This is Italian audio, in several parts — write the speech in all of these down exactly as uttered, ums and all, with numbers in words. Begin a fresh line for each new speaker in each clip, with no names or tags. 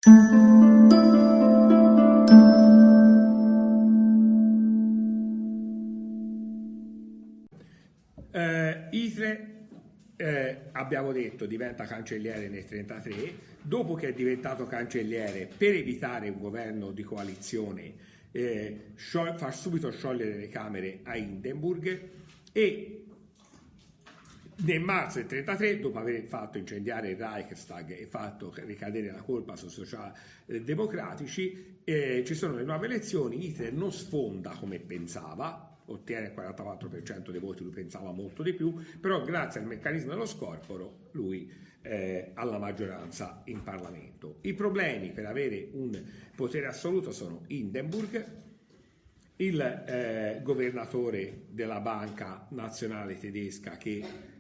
Eh, Hitler, eh, abbiamo detto, diventa cancelliere nel trentatré. Dopo che è diventato cancelliere, per evitare un governo di coalizione, eh, sciol- fa subito sciogliere le Camere a Hindenburg, e nel marzo del trentatré, dopo aver fatto incendiare il Reichstag e fatto ricadere la colpa sui socialdemocratici, eh, ci sono le nuove elezioni. Hitler non sfonda come pensava, ottiene il quarantaquattro per cento dei voti, lui pensava molto di più, però grazie al meccanismo dello scorporo lui eh, ha la maggioranza in Parlamento. I problemi per avere un potere assoluto sono Hindenburg, il eh, governatore della Banca Nazionale Tedesca che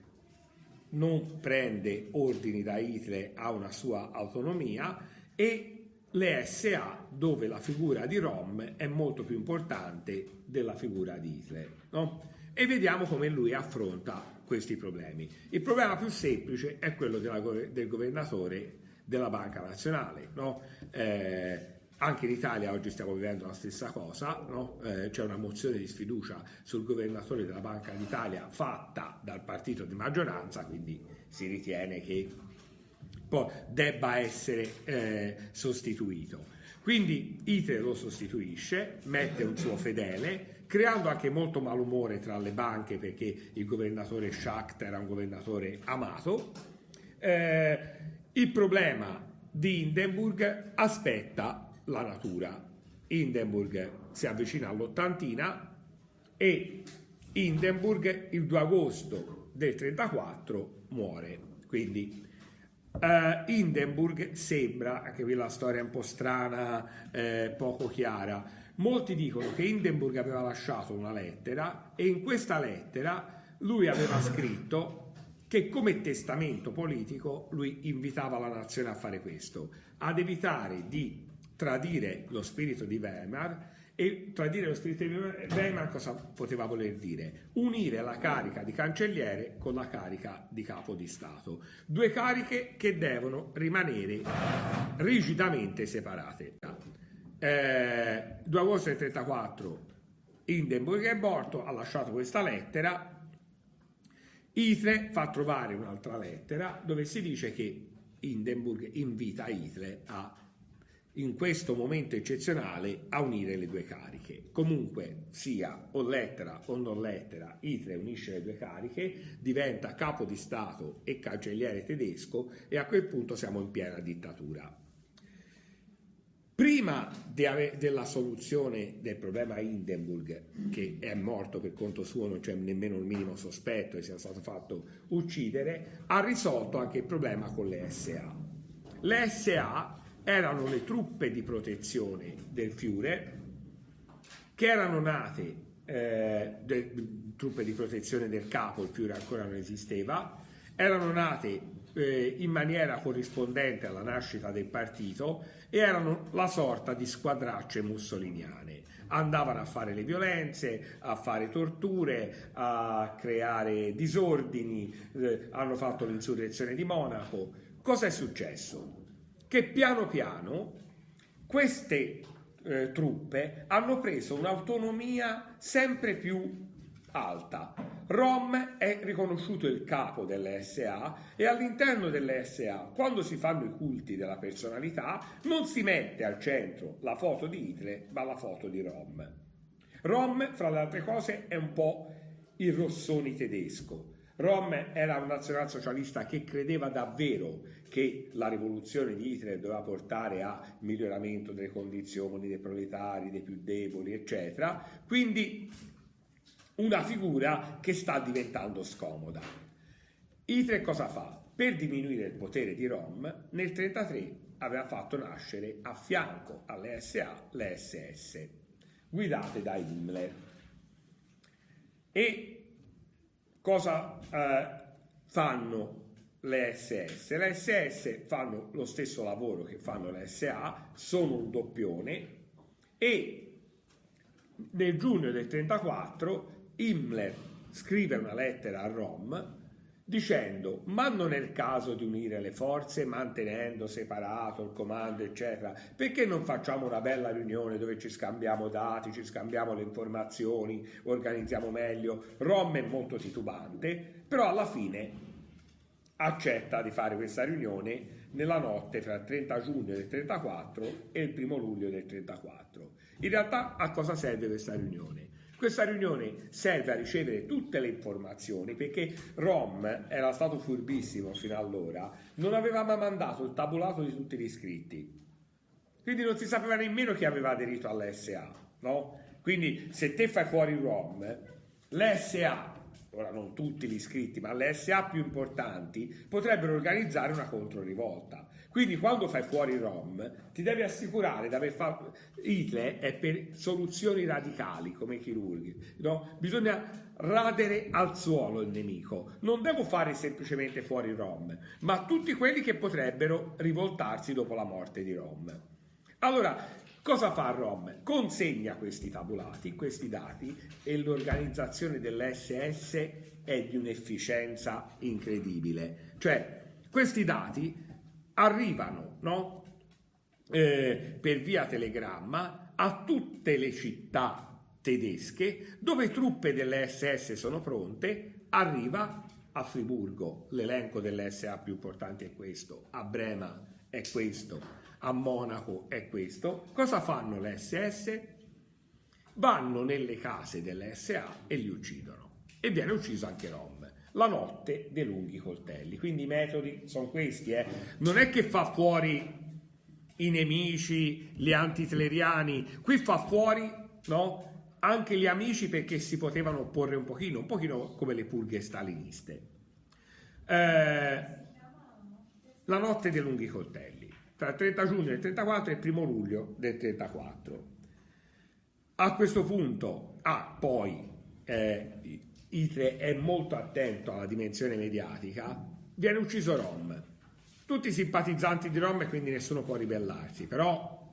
non prende ordini da Hitler, ha una sua autonomia, e le S A, dove la figura di Röhm è molto più importante della figura di Hitler, no? E vediamo come lui affronta questi problemi. Il problema più semplice è quello della, del governatore della Banca Nazionale, no? Eh, anche in Italia oggi stiamo vivendo la stessa cosa, no? Eh, c'è una mozione di sfiducia sul governatore della Banca d'Italia fatta dal partito di maggioranza, quindi si ritiene che poi debba essere eh, sostituito. Quindi Hitler lo sostituisce, mette un suo fedele, creando anche molto malumore tra le banche, perché il governatore Schacht era un governatore amato. Eh, il problema di Hindenburg aspetta la natura. Hindenburg si avvicina all'ottantina e Hindenburg il due agosto del trentaquattro muore. Quindi Uh, Hindenburg sembra, anche qui la storia è un po' strana, eh, poco chiara. Molti dicono che Hindenburg aveva lasciato una lettera, e in questa lettera lui aveva scritto che come testamento politico lui invitava la nazione a fare questo, ad evitare di tradire lo spirito di Weimar. E tradire lo spirito di Weimar cosa poteva voler dire? Unire la carica di cancelliere con la carica di capo di Stato. Due cariche che devono rimanere rigidamente separate. Eh, due agosto del trentaquattro Hindenburg è morto, ha lasciato questa lettera. Hitler fa trovare un'altra lettera dove si dice che Hindenburg invita Hitler a, in questo momento eccezionale, a unire le due cariche. Comunque sia, o lettera o non lettera, Hitler unisce le due cariche, diventa capo di Stato e cancelliere tedesco, e a quel punto siamo in piena dittatura. Prima de della soluzione del problema Hindenburg, che è morto per conto suo, non c'è nemmeno il minimo sospetto che sia stato fatto uccidere, ha risolto anche il problema con le S A. Le S A erano le truppe di protezione del Führer, che erano nate, eh, de, truppe di protezione del capo, il Führer ancora non esisteva, erano nate eh, in maniera corrispondente alla nascita del partito, e erano la sorta di squadracce mussoliniane. Andavano a fare le violenze, a fare torture, a creare disordini, eh, hanno fatto l'insurrezione di Monaco. Cosa è successo? Che piano piano queste eh, truppe hanno preso un'autonomia sempre più alta. Röhm è riconosciuto il capo delle S A, e all'interno delle S A, quando si fanno i culti della personalità, non si mette al centro la foto di Hitler, ma la foto di Röhm. Röhm, fra le altre cose, è un po' il Rossoni tedesco. Röhm era un nazionalsocialista che credeva davvero che la rivoluzione di Hitler doveva portare a miglioramento delle condizioni dei proletari, dei più deboli, eccetera. Quindi una figura che sta diventando scomoda. Hitler cosa fa? Per diminuire il potere di Röhm, nel trentatré aveva fatto nascere a fianco alle S A le S S, guidate da Himmler. E cosa eh, fanno le S S? Le S S fanno lo stesso lavoro che fanno le S A, sono un doppione, e nel giugno del trentaquattro Himmler scrive una lettera a Röhm dicendo: ma non è il caso di unire le forze mantenendo separato il comando, eccetera, perché non facciamo una bella riunione dove ci scambiamo dati, ci scambiamo le informazioni, organizziamo meglio? Rom è molto titubante, però alla fine accetta di fare questa riunione nella notte fra il trenta giugno del trentaquattro e il primo luglio del trentaquattro. In realtà a cosa serve questa riunione? Questa riunione serve a ricevere tutte le informazioni, perché Rom era stato furbissimo fino allora, non aveva mai mandato il tabulato di tutti gli iscritti, quindi non si sapeva nemmeno chi aveva aderito all'S A, no? Quindi se te fai fuori Rom, l'S A, ora non tutti gli iscritti, ma le S A più importanti potrebbero organizzare una controrivolta. Quindi quando fai fuori Rom ti devi assicurare di aver fatto... Hitler è per soluzioni radicali come chirurghi, no? Bisogna radere al suolo il nemico. Non devo fare semplicemente fuori Rom, ma tutti quelli che potrebbero rivoltarsi dopo la morte di Rom. Allora, cosa fa Rom? Consegna questi tabulati, questi dati, e l'organizzazione dell'S S è di un'efficienza incredibile. Cioè, questi dati arrivano, no? eh, per via telegramma a tutte le città tedesche dove truppe delle S S sono pronte. Arriva a Friburgo, l'elenco delle S A più importanti è questo, a Brema è questo, a Monaco è questo. Cosa fanno le S S? Vanno nelle case delle S A e li uccidono. E viene ucciso anche Rom. La notte dei lunghi coltelli. Quindi i metodi sono questi, eh. Non è che fa fuori i nemici, gli antitleriani, qui fa fuori, no? Anche gli amici, perché si potevano opporre un pochino, un pochino come le purghe staliniste. Eh, la notte dei lunghi coltelli, tra il trenta giugno del trentaquattro e il primo luglio del trentaquattro. A questo punto, ah, poi eh, Hitler è molto attento alla dimensione mediatica, viene ucciso Rom. Tutti simpatizzanti di Rom e quindi nessuno può ribellarsi, però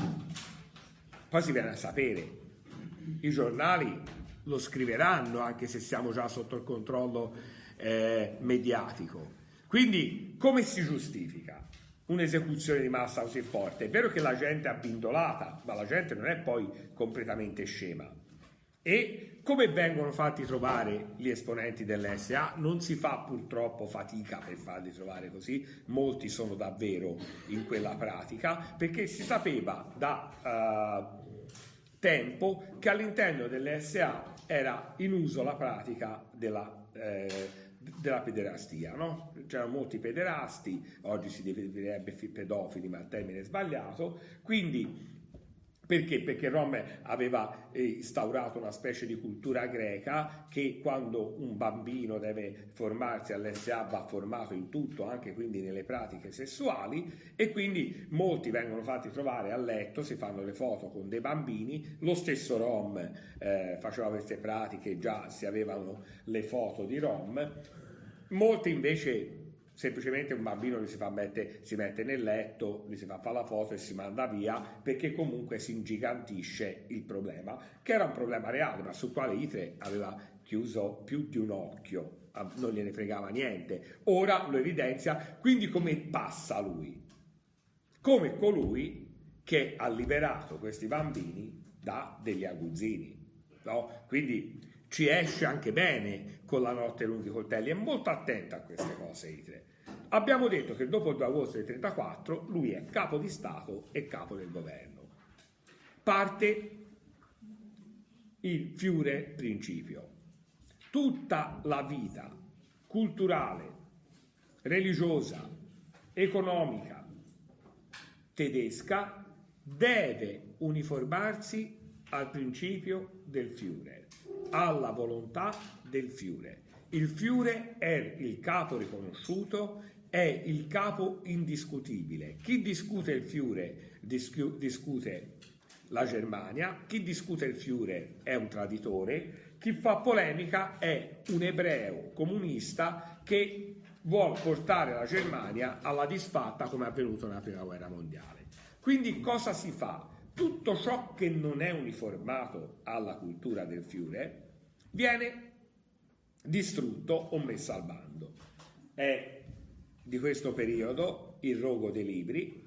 poi si viene a sapere, i giornali lo scriveranno anche se siamo già sotto il controllo eh, mediatico. Quindi come si giustifica un'esecuzione di massa così forte? È vero che la gente è abbindolata, ma la gente non è poi completamente scema. E come vengono fatti trovare gli esponenti dell'S A? Non si fa purtroppo fatica per farli trovare così, molti sono davvero in quella pratica, perché si sapeva da uh, tempo che all'interno dell'S A era in uso la pratica della, eh, della pederastia, no? C'erano molti pederasti, oggi si direbbe pedofili, ma il termine è sbagliato, quindi... Perché? Perché Rom aveva instaurato una specie di cultura greca che quando un bambino deve formarsi all'S A va formato in tutto, anche quindi nelle pratiche sessuali, e quindi molti vengono fatti trovare a letto, si fanno le foto con dei bambini. Lo stesso Rom eh, faceva queste pratiche, già si avevano le foto di Rom. Molti invece... semplicemente un bambino gli si fa mette, si mette nel letto, gli si fa fare la foto e si manda via, perché comunque si ingigantisce il problema, che era un problema reale, ma sul quale Hitler aveva chiuso più di un occhio, non gliene fregava niente. Ora lo evidenzia, quindi come passa lui? Come colui che ha liberato questi bambini da degli aguzzini, no? Quindi ci esce anche bene con la notte dei lunghi coltelli, è molto attento a queste cose Hitler. Abbiamo detto che dopo il due agosto del trentaquattro lui è capo di Stato e capo del governo. Parte il Führer principio. Tutta la vita culturale, religiosa, economica tedesca deve uniformarsi al principio del Führer, alla volontà del Führer. Il Führer è il capo riconosciuto, è il capo indiscutibile. Chi discute il Führer discu- discute la Germania, chi discute il Führer è un traditore, chi fa polemica è un ebreo comunista che vuole portare la Germania alla disfatta come è avvenuto nella Prima Guerra Mondiale. Quindi cosa si fa? Tutto ciò che non è uniformato alla cultura del Führer viene distrutto o messo al bando. È di questo periodo il rogo dei libri,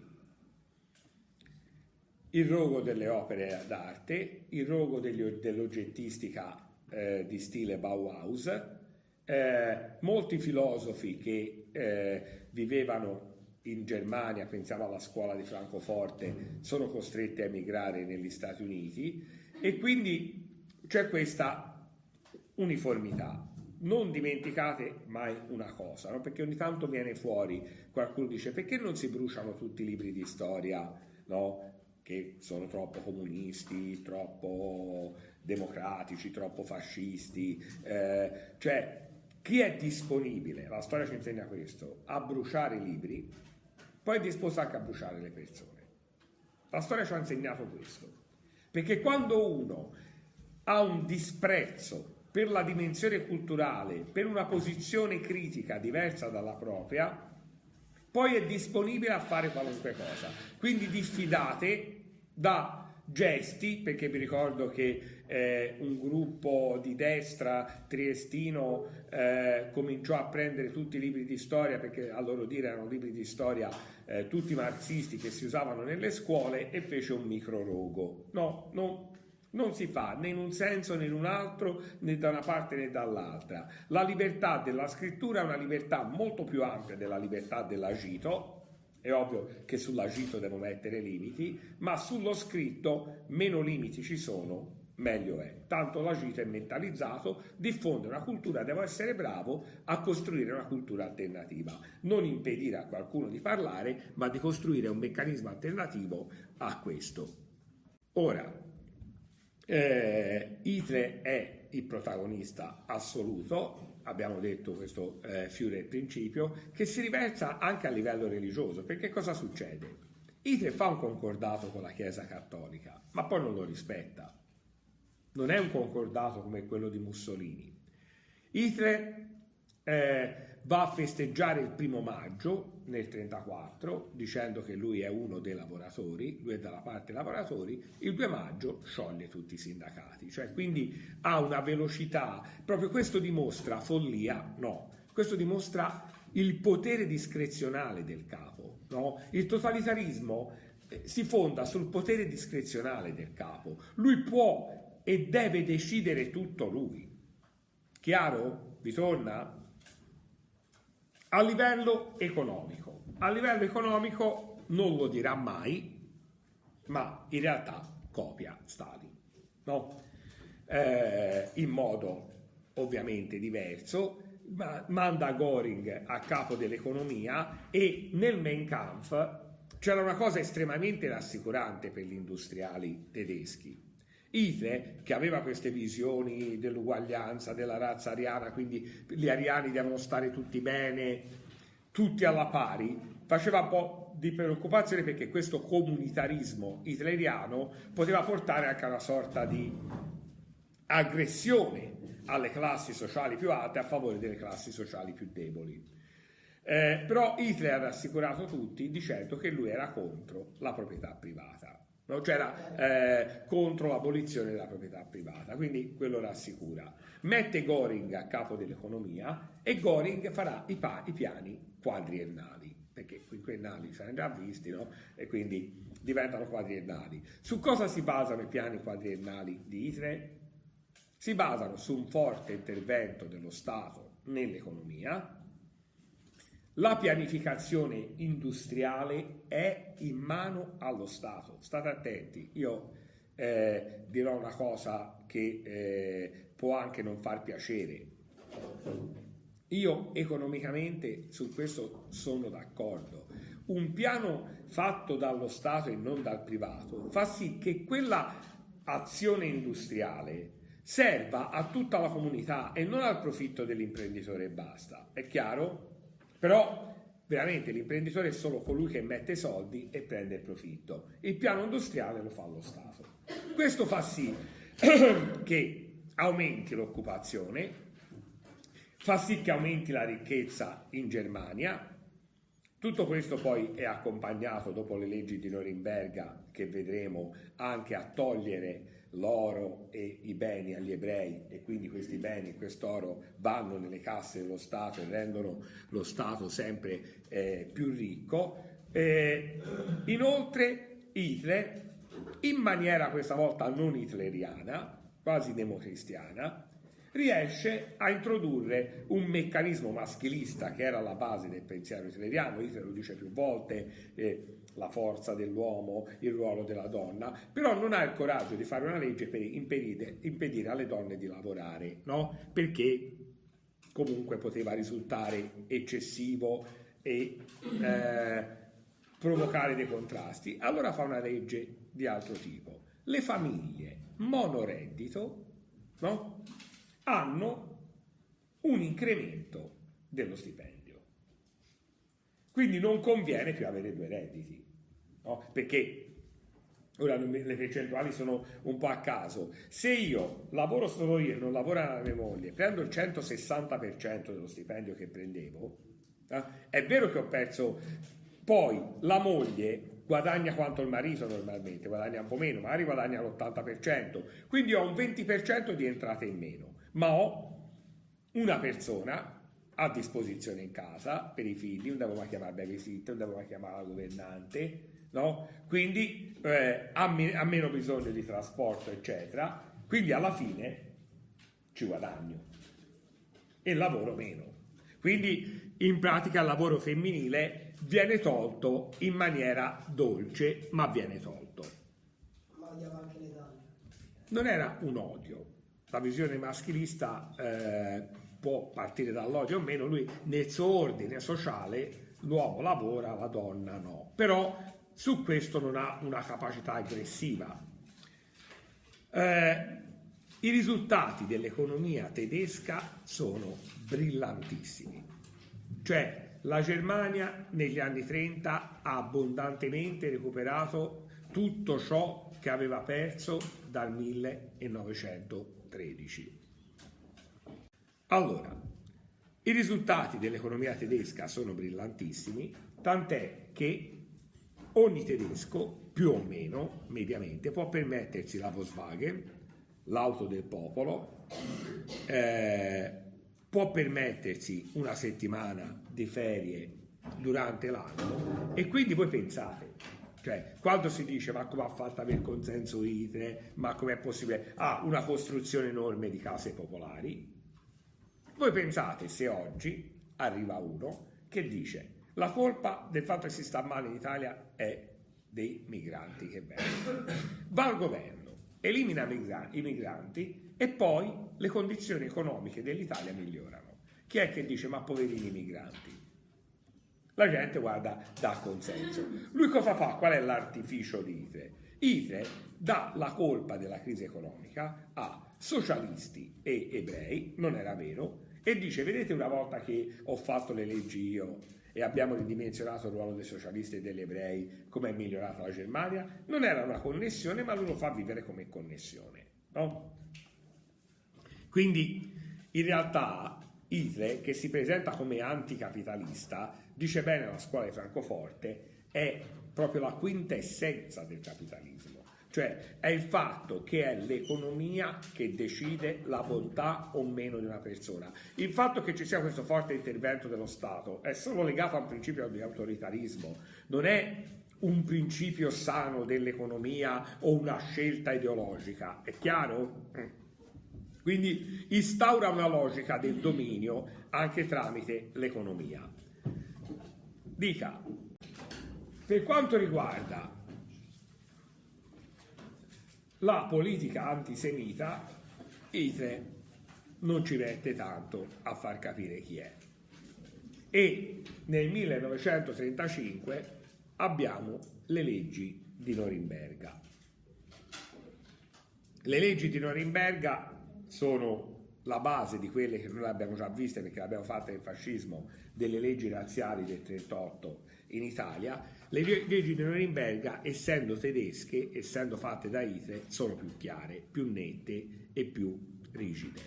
il rogo delle opere d'arte, il rogo degli, dell'oggettistica eh, di stile Bauhaus, eh, molti filosofi che eh, vivevano in Germania, pensiamo alla scuola di Francoforte, sono costretti a emigrare negli Stati Uniti, e quindi c'è questa uniformità. Non dimenticate mai una cosa, no? Perché ogni tanto viene fuori, qualcuno dice: perché non si bruciano tutti i libri di storia, no? Che sono troppo comunisti, troppo democratici, troppo fascisti, eh, cioè chi è disponibile, la storia ci insegna questo, a bruciare i libri, poi è disposto anche a bruciare le persone. La storia ci ha insegnato questo, perché quando uno ha un disprezzo per la dimensione culturale, per una posizione critica diversa dalla propria, poi è disponibile a fare qualunque cosa. Quindi diffidate da gesti, perché vi ricordo che eh, un gruppo di destra triestino eh, cominciò a prendere tutti i libri di storia, perché a loro dire erano libri di storia eh, tutti marxisti che si usavano nelle scuole, e fece un micro rogo. No, no. Non si fa né in un senso né in un altro, né da una parte né dall'altra. La libertà della scrittura è una libertà molto più ampia della libertà dell'agito. È ovvio che sull'agito devo mettere limiti, ma sullo scritto meno limiti ci sono, meglio è. Tanto l'agito è mentalizzato, diffonde una cultura, devo essere bravo a costruire una cultura alternativa. Non impedire a qualcuno di parlare, ma di costruire un meccanismo alternativo a questo. Ora, Eh, Hitler è il protagonista assoluto, abbiamo detto questo eh, Führer principio, che si riversa anche a livello religioso, perché cosa succede? Hitler fa un concordato con la Chiesa Cattolica, ma poi non lo rispetta. Non è un concordato come quello di Mussolini. Hitler eh, va a festeggiare il primo maggio nel trentaquattro dicendo che lui è uno dei lavoratori, lui è dalla parte dei lavoratori. Il due maggio scioglie tutti i sindacati, cioè quindi ha una velocità, proprio questo dimostra follia, no, questo dimostra il potere discrezionale del capo, no? Il totalitarismo eh, si fonda sul potere discrezionale del capo, lui può e deve decidere tutto lui. Chiaro? Vi torna? A livello economico. A livello economico non lo dirà mai, ma in realtà copia Stalin, no? Eh, in modo ovviamente diverso, ma manda Göring a capo dell'economia, e nel Mein Kampf c'era una cosa estremamente rassicurante per gli industriali tedeschi. Hitler, che aveva queste visioni dell'uguaglianza, della razza ariana, quindi gli ariani devono stare tutti bene, tutti alla pari, faceva un po' di preoccupazione, perché questo comunitarismo hitleriano poteva portare anche a una sorta di aggressione alle classi sociali più alte a favore delle classi sociali più deboli. Eh, però Hitler ha rassicurato tutti dicendo che lui era contro la proprietà privata. No? C'era eh, contro l'abolizione della proprietà privata, quindi quello rassicura. Mette Göring a capo dell'economia, e Göring farà i, pa- i piani quadriennali, perché quinquennali si erano già visti, no? E quindi diventano quadriennali. Su cosa si basano i piani quadriennali di Hitler? Si basano su un forte intervento dello Stato nell'economia. La pianificazione industriale è in mano allo Stato. State attenti, io eh, dirò una cosa che eh, può anche non far piacere. Io economicamente su questo sono d'accordo. Un piano fatto dallo Stato e non dal privato fa sì che quella azione industriale serva a tutta la comunità e non al profitto dell'imprenditore e basta. È chiaro? Però veramente l'imprenditore è solo colui che mette soldi e prende il profitto. Il piano industriale lo fa lo Stato. Questo fa sì che aumenti l'occupazione, fa sì che aumenti la ricchezza in Germania, Tutto questo poi è accompagnato, dopo le leggi di Norimberga, che vedremo, anche a togliere l'oro e i beni agli ebrei, e quindi questi beni, quest'oro vanno nelle casse dello Stato e rendono lo Stato sempre eh, più ricco. Eh, inoltre Hitler, in maniera questa volta non hitleriana, quasi democristiana, riesce a introdurre un meccanismo maschilista che era alla base del pensiero hitleriano. Hitler lo dice più volte, eh, la forza dell'uomo, il ruolo della donna, però non ha il coraggio di fare una legge per impedire, impedire alle donne di lavorare, no? Perché comunque poteva risultare eccessivo e eh, provocare dei contrasti. Allora fa una legge di altro tipo. Le famiglie monoreddito, no? hanno un incremento dello stipendio. Quindi non conviene più avere due redditi, no? Perché ora le percentuali sono un po' a caso. Se io lavoro solo io e non lavora la mia moglie, prendo il centosessanta per cento dello stipendio che prendevo, eh? È vero che ho perso, poi la moglie guadagna quanto il marito normalmente, guadagna un po' meno, magari guadagna l'ottanta per cento, quindi ho un venti per cento di entrate in meno, ma ho una persona a disposizione in casa per i figli, non devo mai chiamare babysitter, non devo mai chiamare la governante, no? Quindi eh, ha, me- ha meno bisogno di trasporto, eccetera, quindi alla fine ci guadagno e lavoro meno. Quindi in pratica il lavoro femminile viene tolto in maniera dolce, ma viene tolto.
Ma odiava anche le donne.
Non era un odio. La visione maschilista eh, può partire dall'odio o meno. Lui nel suo ordine sociale l'uomo lavora, la donna no. Però su questo non ha una capacità aggressiva. Eh, I risultati dell'economia tedesca sono brillantissimi. Cioè la Germania negli anni trenta ha abbondantemente recuperato tutto ciò che aveva perso dal millenovecentotredici. Allora, i risultati dell'economia tedesca sono brillantissimi, tant'è che ogni tedesco, più o meno, mediamente, può permettersi la Volkswagen, l'auto del popolo, eh, può permettersi una settimana di ferie durante l'anno, e quindi voi pensate, cioè quando si dice ma come ha fatto avere il consenso Hitler, ma com'è possibile, ha ah, una costruzione enorme di case popolari, voi pensate se oggi arriva uno che dice la colpa del fatto che si sta male in Italia è dei migranti che vengono, va al governo, elimina i migranti e poi le condizioni economiche dell'Italia migliorano. Chi è che dice ma poverini migranti? La gente guarda, dà consenso. Lui cosa fa? Qual è l'artificio di Hitler? Hitler dà la colpa della crisi economica a socialisti e ebrei, non era vero, e dice vedete una volta che ho fatto le leggi io e abbiamo ridimensionato il ruolo dei socialisti e degli ebrei, come è migliorata la Germania? Non era una connessione, ma lui lo fa vivere come connessione, no? Quindi in realtà Hitler, che si presenta come anticapitalista, dice bene la scuola di Francoforte, è proprio la quintessenza del capitalismo, cioè è il fatto che è l'economia che decide la bontà o meno di una persona. Il fatto che ci sia questo forte intervento dello Stato è solo legato a un principio di autoritarismo, non è un principio sano dell'economia o una scelta ideologica, è chiaro? Quindi instaura una logica del dominio anche tramite l'economia. Dica, per quanto riguarda la politica antisemita, Hitler non ci mette tanto a far capire chi è. E nel millenovecentotrentacinque abbiamo le leggi di Norimberga. Le leggi di Norimberga sono la base di quelle che noi abbiamo già viste, perché l'abbiamo fatta nel fascismo, delle leggi razziali del trentotto in Italia. Le leggi di Norimberga, essendo tedesche, essendo fatte da Hitler, sono più chiare, più nette e più rigide.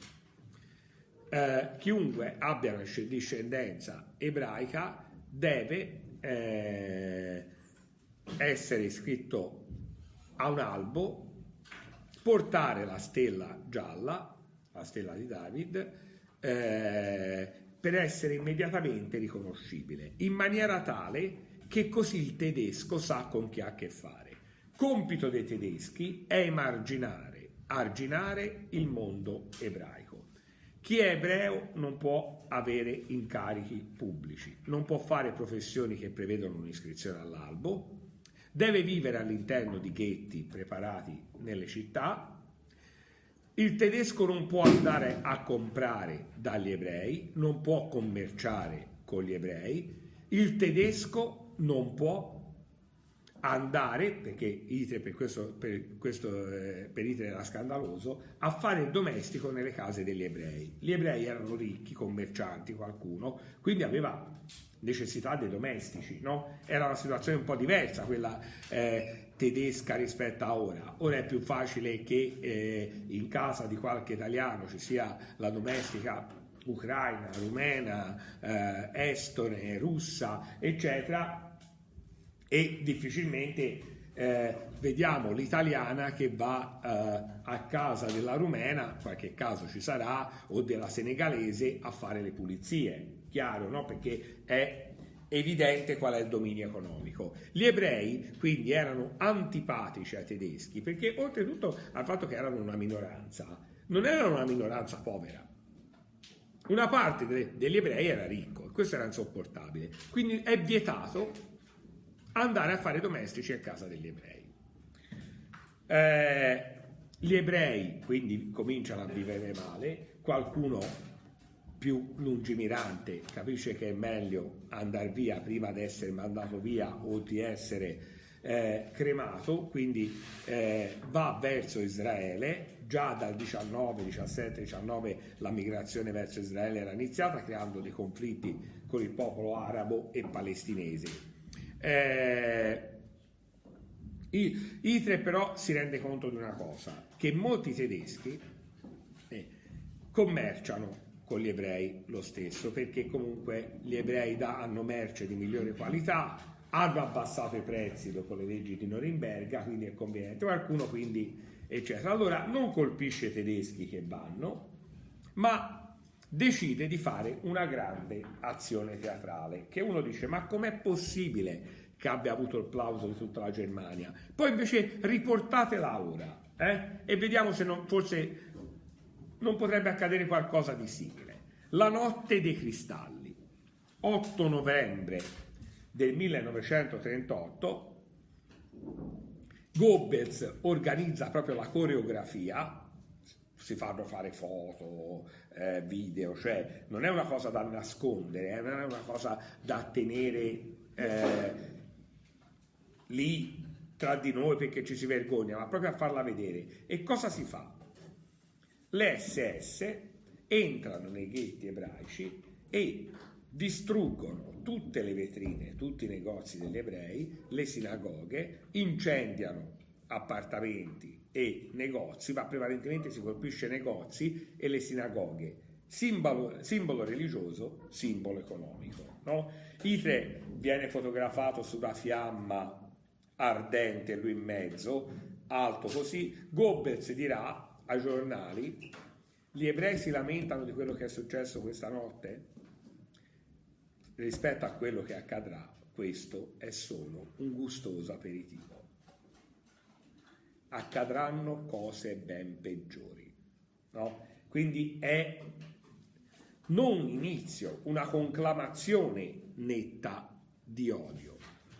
Eh, chiunque abbia una discendenza ebraica deve eh, essere iscritto a un albo, portare la stella gialla, la stella di David, eh, per essere immediatamente riconoscibile, in maniera tale che così il tedesco sa con chi ha a che fare. Compito dei tedeschi è emarginare, arginare il mondo ebraico. Chi è ebreo non può avere incarichi pubblici, non può fare professioni che prevedono un'iscrizione all'albo, deve vivere all'interno di ghetti preparati nelle città. Il tedesco non può andare a comprare dagli ebrei, non può commerciare con gli ebrei, il tedesco non può andare, perché Hitler per questo, per questo eh, per Hitler era scandaloso, a fare il domestico nelle case degli ebrei. Gli ebrei erano ricchi, commercianti, qualcuno, quindi aveva necessità dei domestici, no? Era una situazione un po' diversa quella eh, tedesca rispetto a ora. Ora è più facile che eh, in casa di qualche italiano ci sia la domestica ucraina, rumena, eh, estone, russa, eccetera, e difficilmente eh, vediamo l'italiana che va eh, a casa della rumena, qualche caso ci sarà, o della senegalese a fare le pulizie. Chiaro, no? Perché è evidente qual è il dominio economico. Gli ebrei quindi erano antipatici ai tedeschi perché oltretutto al fatto che erano una minoranza, non erano una minoranza povera. Una parte de- degli ebrei era ricco e questo era insopportabile. Quindi è vietato andare a fare domestici a casa degli ebrei. Eh, gli ebrei quindi cominciano a vivere male, qualcuno più lungimirante capisce che è meglio andare via prima di essere mandato via o di essere eh, cremato, quindi eh, va verso Israele. Già dal diciannove, diciassette, diciannove la migrazione verso Israele era iniziata, creando dei conflitti con il popolo arabo e palestinese. Eh, Hitler però si rende conto di una cosa, che molti tedeschi eh, commerciano con gli ebrei lo stesso, perché comunque gli ebrei hanno merce di migliore qualità, hanno abbassato i prezzi dopo le leggi di Norimberga, quindi è conveniente. Qualcuno quindi eccetera. Allora non colpisce i tedeschi che vanno, ma decide di fare una grande azione teatrale, che uno dice ma com'è possibile che abbia avuto il plauso di tutta la Germania? Poi invece riportatela ora eh? e vediamo se non, forse non potrebbe accadere qualcosa di simile. La notte dei cristalli, otto novembre del millenovecentotrentotto, Goebbels organizza proprio la coreografia, si fanno fare foto, eh, video, cioè non è una cosa da nascondere, eh, non è una cosa da tenere eh, lì tra di noi perché ci si vergogna, ma proprio a farla vedere. E cosa si fa? Le esse esse entrano nei ghetti ebraici e distruggono tutte le vetrine, tutti i negozi degli ebrei, le sinagoghe, incendiano appartamenti e negozi, ma prevalentemente si colpisce negozi e le sinagoghe, simbolo, simbolo religioso, simbolo economico, no? Hitler viene fotografato su una fiamma ardente, lui in mezzo, alto così. Goebbels dirà ai giornali: gli ebrei si lamentano di quello che è successo questa notte? Rispetto a quello che accadrà, questo è solo un gustoso aperitivo. Accadranno cose ben peggiori, no? Quindi è non un inizio, una conclamazione netta di odio.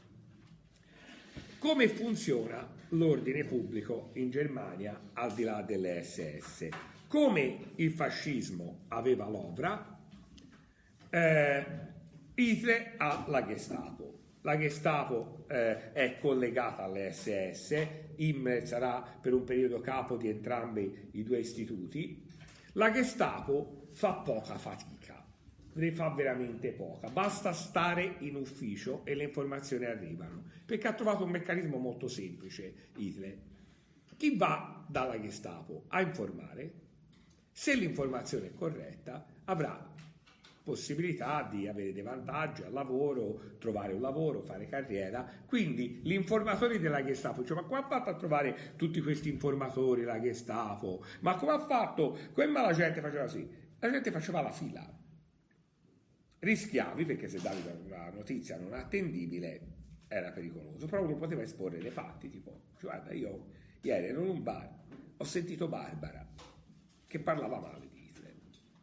Come funziona l'ordine pubblico in Germania al di là delle esse esse? Come il fascismo aveva l'Ovra, eh, Hitler ha la Gestapo. La Gestapo eh, è collegata alle esse esse, Himmler sarà per un periodo capo di entrambi i due istituti. La Gestapo fa poca fatica, ne fa veramente poca, basta stare in ufficio e le informazioni arrivano, perché ha trovato un meccanismo molto semplice Hitler. Chi va dalla Gestapo a informare, se l'informazione è corretta, avrà possibilità di avere dei vantaggi al lavoro, trovare un lavoro, fare carriera. Quindi gli informatori della Gestapo, cioè, ma come ha fatto a trovare tutti questi informatori la Gestapo? Ma come ha fatto? Come la gente faceva così? La gente faceva la fila. Rischiavi, perché se davi una notizia non attendibile era pericoloso, però uno poteva esporre dei fatti, tipo, cioè, guarda, io ieri ero in un bar, ho sentito Barbara che parlava male di Hitler.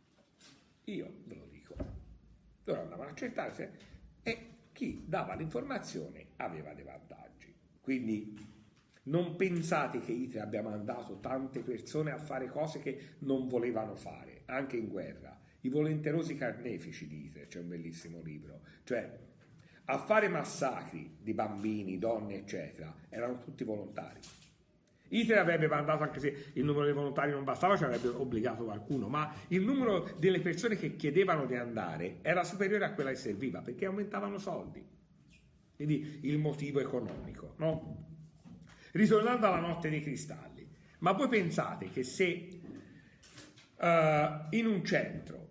Io ve lo dico. Loro andavano a accertare se... e chi dava l'informazione aveva dei vantaggi. Quindi non pensate che Hitler abbia mandato tante persone a fare cose che non volevano fare, anche in guerra. I volenterosi carnefici di Hitler, c'è un bellissimo libro, cioè a fare massacri di bambini, donne, eccetera, erano tutti volontari. Hitler avrebbe mandato, anche se il numero dei volontari non bastava, ci avrebbe obbligato qualcuno, ma il numero delle persone che chiedevano di andare era superiore a quella che serviva, perché aumentavano soldi. Quindi il motivo economico, no? Ritornando alla notte dei cristalli, ma voi pensate che se uh, in un centro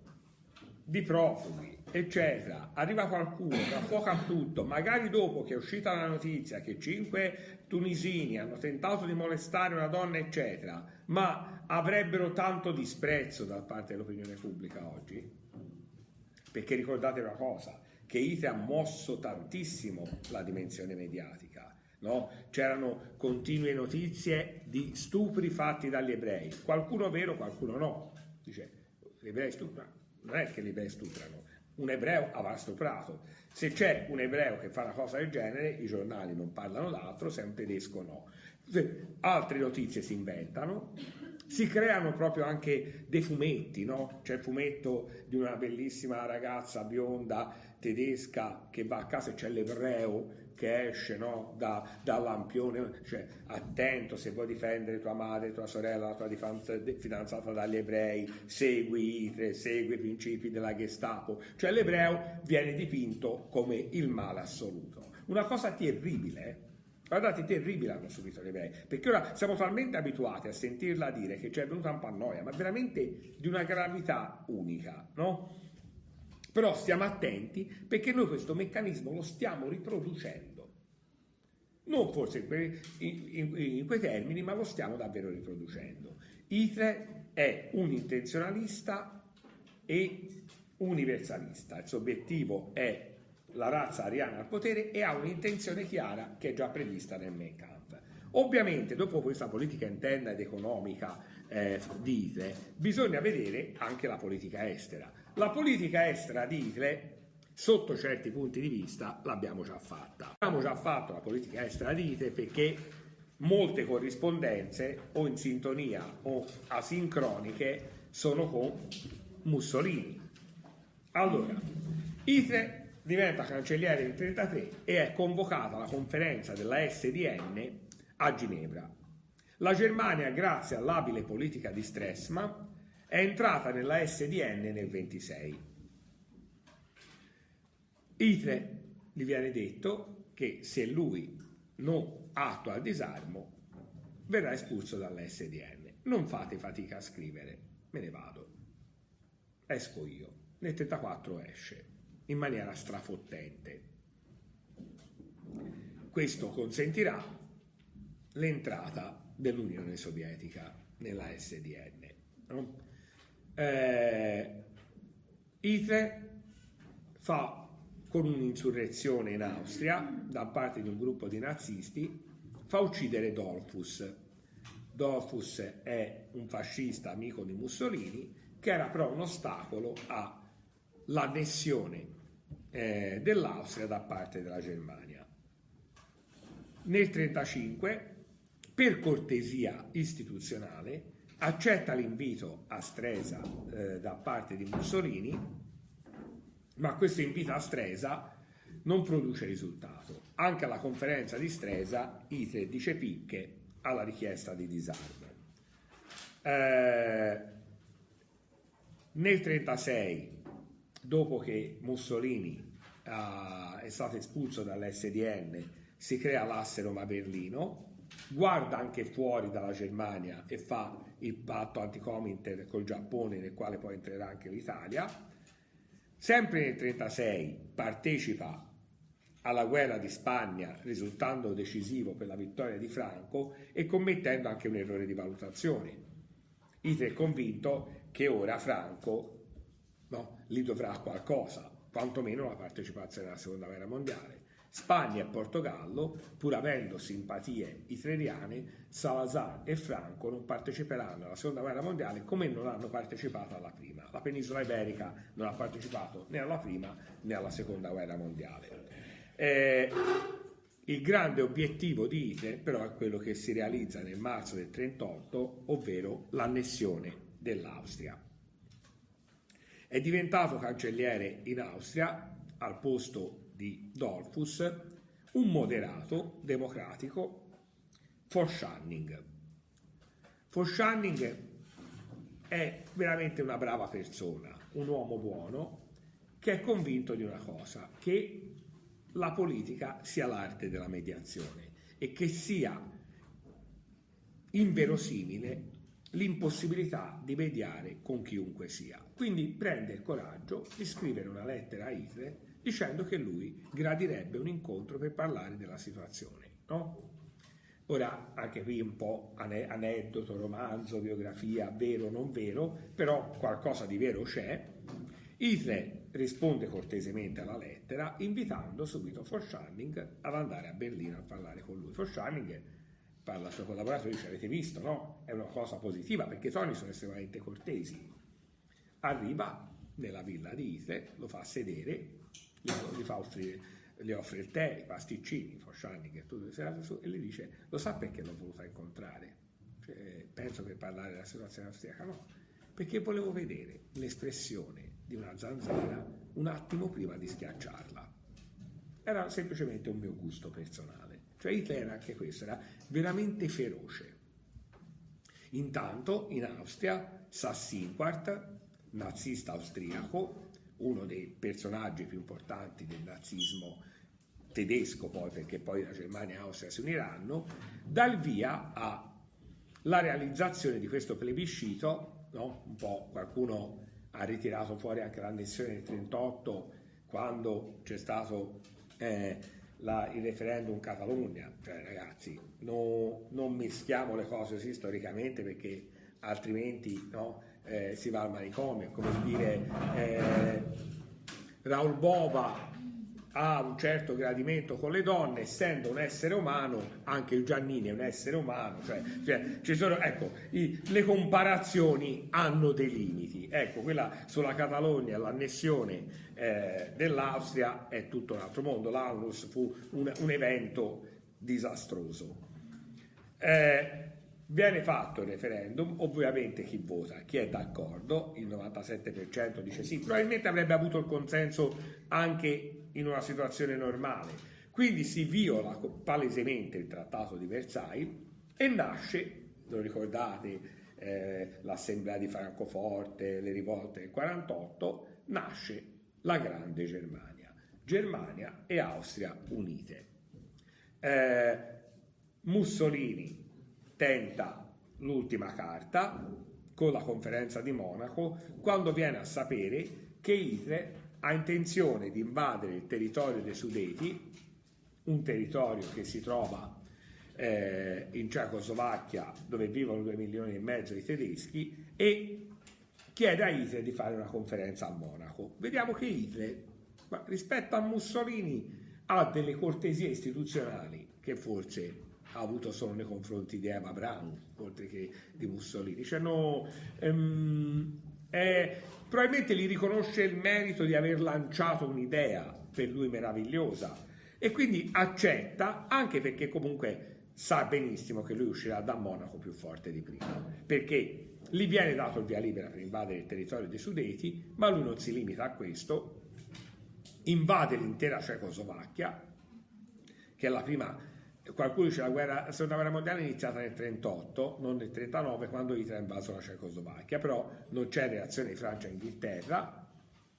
di profughi, eccetera, arriva qualcuno che affoca tutto, magari dopo che è uscita la notizia che cinque tunisini hanno tentato di molestare una donna, eccetera, ma avrebbero tanto disprezzo da parte dell'opinione pubblica oggi? Perché ricordate una cosa, che Hitler ha mosso tantissimo la dimensione mediatica, no? C'erano continue notizie di stupri fatti dagli ebrei, qualcuno vero, qualcuno no. Dice, gli ebrei stuprano. Non è che gli ebrei stuprano, un ebreo avrà stuprato. Se c'è un ebreo che fa una cosa del genere, i giornali non parlano d'altro, se è un tedesco no. Altre notizie si inventano, si creano proprio anche dei fumetti, no? C'è il fumetto di una bellissima ragazza bionda tedesca che va a casa e c'è l'ebreo che esce, no, da, dal lampione, cioè attento, se vuoi difendere tua madre, tua sorella, la tua fidanzata dagli ebrei, segui Hitler, segui i principi della Gestapo, cioè l'ebreo viene dipinto come il male assoluto. Una cosa terribile, eh? Guardate, terribile hanno subito gli ebrei, perché ora siamo talmente abituati a sentirla dire che ci è venuta un po' a noia, ma veramente di una gravità unica, no? Però stiamo attenti, perché noi questo meccanismo lo stiamo riproducendo. Non forse in, que, in, in quei termini, ma lo stiamo davvero riproducendo. Hitler è un intenzionalista e universalista. Il suo obiettivo è la razza ariana al potere e ha un'intenzione chiara che è già prevista nel Mein Kampf. Ovviamente, dopo questa politica interna ed economica eh, di Hitler, bisogna vedere anche la politica estera. La politica estera di Hitler, sotto certi punti di vista, l'abbiamo già fatta. Abbiamo già fatto la politica estera di Hitler perché molte corrispondenze, o in sintonia o asincroniche, sono con Mussolini. Allora, Hitler diventa cancelliere nel trentatré e è convocata alla conferenza della S D N a Ginevra. La Germania, grazie all'abile politica di Stresemann, è entrata nella S D N nel ventisei. Hitler gli viene detto che se lui non attua il disarmo verrà espulso dalla S D N. Non fate fatica a scrivere, me ne vado. Esco io. Nel trentaquattro esce in maniera strafottente. Questo consentirà l'entrata dell'Unione Sovietica nella S D N. No? Eh, Hitler fa con un'insurrezione in Austria da parte di un gruppo di nazisti, fa uccidere Dollfuss. Dollfuss è un fascista amico di Mussolini che era però un ostacolo all'annessione eh, dell'Austria da parte della Germania. Nel trentacinque, per cortesia istituzionale, accetta l'invito a Stresa eh, da parte di Mussolini, ma questo invito a Stresa non produce risultato. Anche alla conferenza di Stresa Hitler dice picche alla richiesta di disarmo. Eh, nel trentasei, dopo che Mussolini eh, è stato espulso dall'S D N, si crea l'asse Roma-Berlino, guarda anche fuori dalla Germania e fa il patto anticominter col Giappone, nel quale poi entrerà anche l'Italia. Sempre nel trentasei partecipa alla guerra di Spagna, risultando decisivo per la vittoria di Franco e commettendo anche un errore di valutazione. Hitler è convinto che ora Franco, no, gli dovrà qualcosa, quantomeno la partecipazione alla seconda guerra mondiale. Spagna e Portogallo, pur avendo simpatie hitleriane, Salazar e Franco non parteciperanno alla seconda guerra mondiale come non hanno partecipato alla prima. La penisola iberica non ha partecipato né alla prima né alla seconda guerra mondiale. Eh, il grande obiettivo di Hitler però è quello che si realizza nel marzo del trentotto, ovvero l'annessione dell'Austria. È diventato cancelliere in Austria al posto di Dollfuss un moderato democratico, von Schanning. Von Schanning è veramente una brava persona, un uomo buono che è convinto di una cosa, che la politica sia l'arte della mediazione e che sia inverosimile l'impossibilità di mediare con chiunque sia. Quindi prende il coraggio di scrivere una lettera a Hitler dicendo che lui gradirebbe un incontro per parlare della situazione, no? Ora, anche qui un po' aneddoto, romanzo, biografia, vero o non vero, però qualcosa di vero c'è. Hitler risponde cortesemente alla lettera, invitando subito von Schanning ad andare a Berlino a parlare con lui. Von Schanning parla ai suoi collaboratori, dice: avete visto, no? È una cosa positiva, perché i toni sono estremamente cortesi. Arriva nella villa di Hitler, lo fa sedere, gli fa offrire, gli offre il tè, i pasticcini, von Schanning e tutto su, e gli dice: lo sa perché l'ho voluta incontrare? Cioè, penso per parlare della situazione austriaca, no, perché volevo vedere l'espressione di una zanzara un attimo prima di schiacciarla. Era semplicemente un mio gusto personale. Cioè Hitler era anche questo, era veramente feroce. Intanto in Austria Sassinquart, nazista austriaco, uno dei personaggi più importanti del nazismo tedesco, poi perché poi la Germania e Austria si uniranno, dà il via alla realizzazione di questo plebiscito, no? Un po' qualcuno ha ritirato fuori anche l'annessione del trentotto quando c'è stato eh, la, il referendum in Catalogna. Cioè, ragazzi, no, non mischiamo le cose così storicamente, perché altrimenti, no, eh, si va al manicomio. Come dire, eh, Raoul Bova ha un certo gradimento con le donne, essendo un essere umano, anche il Giannini è un essere umano, cioè, cioè ci sono, ecco, i, le comparazioni hanno dei limiti. Ecco, quella sulla Catalogna, l'annessione eh, dell'Austria è tutto un altro mondo. L'Aulus fu un, un evento disastroso. Eh, Viene fatto il referendum, ovviamente chi vota, chi è d'accordo, il novantasette per cento dice sì, probabilmente avrebbe avuto il consenso anche in una situazione normale. Quindi si viola palesemente il Trattato di Versailles e nasce, lo ricordate, eh, l'assemblea di Francoforte, le rivolte del quarantotto, nasce la Grande Germania, Germania e Austria unite. Eh, Mussolini tenta l'ultima carta con la conferenza di Monaco, quando viene a sapere che Hitler ha intenzione di invadere il territorio dei Sudeti, un territorio che si trova eh, in Cecoslovacchia, dove vivono due milioni e mezzo di tedeschi, e chiede a Hitler di fare una conferenza a Monaco. Vediamo che Hitler, rispetto a Mussolini, ha delle cortesie istituzionali che forse ha avuto solo nei confronti di Eva Braun, oltre che di Mussolini. Cioè, no, ehm, è, probabilmente gli riconosce il merito di aver lanciato un'idea per lui meravigliosa, e quindi accetta, anche perché comunque sa benissimo che lui uscirà da Monaco più forte di prima, perché gli viene dato il via libera per invadere il territorio dei Sudeti, ma lui non si limita a questo, invade l'intera Cecoslovacchia, che è la prima. Qualcuno dice la guerra, la seconda guerra mondiale è iniziata nel trentotto, non nel trentanove, quando Hitler ha invaso la Cecoslovacchia, però non c'è reazione di Francia e Inghilterra.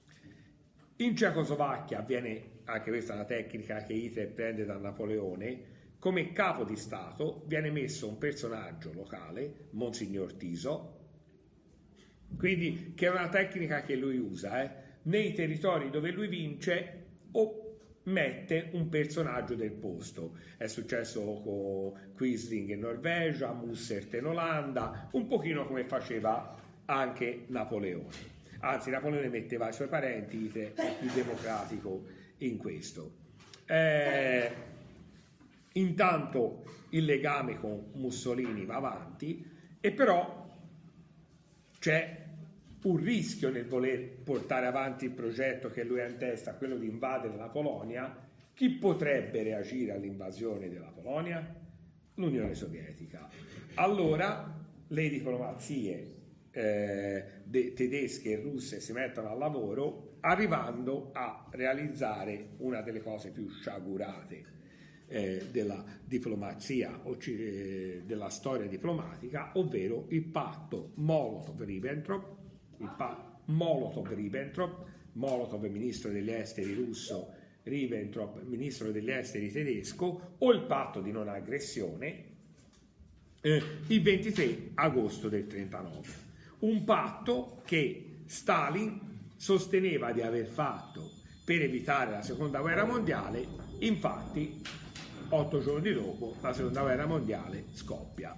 In Cecoslovacchia avviene, anche questa è una tecnica che Hitler prende da Napoleone, come capo di Stato viene messo un personaggio locale, Monsignor Tiso, quindi che è una tecnica che lui usa, eh? nei territori dove lui vince o mette un personaggio del posto. È successo con Quisling in Norvegia, Mussert in Olanda, un pochino come faceva anche Napoleone. Anzi, Napoleone metteva i suoi parenti, il più democratico in questo. Eh, intanto il legame con Mussolini va avanti, e però c'è un rischio nel voler portare avanti il progetto che lui ha in testa, quello di invadere la Polonia. Chi potrebbe reagire all'invasione della Polonia? L'Unione Sovietica. Allora le diplomazie eh, de- tedesche e russe si mettono al lavoro, arrivando a realizzare una delle cose più sciagurate eh, della diplomazia, eh, della storia diplomatica, ovvero il patto Molotov-Ribbentrop. Il pa- Molotov-Ribbentrop, Molotov ministro degli esteri russo, Ribbentrop ministro degli esteri tedesco, o il patto di non aggressione, eh, il ventitré agosto del trentanove. Un patto che Stalin sosteneva di aver fatto per evitare la seconda guerra mondiale. Infatti otto giorni dopo la seconda guerra mondiale scoppia.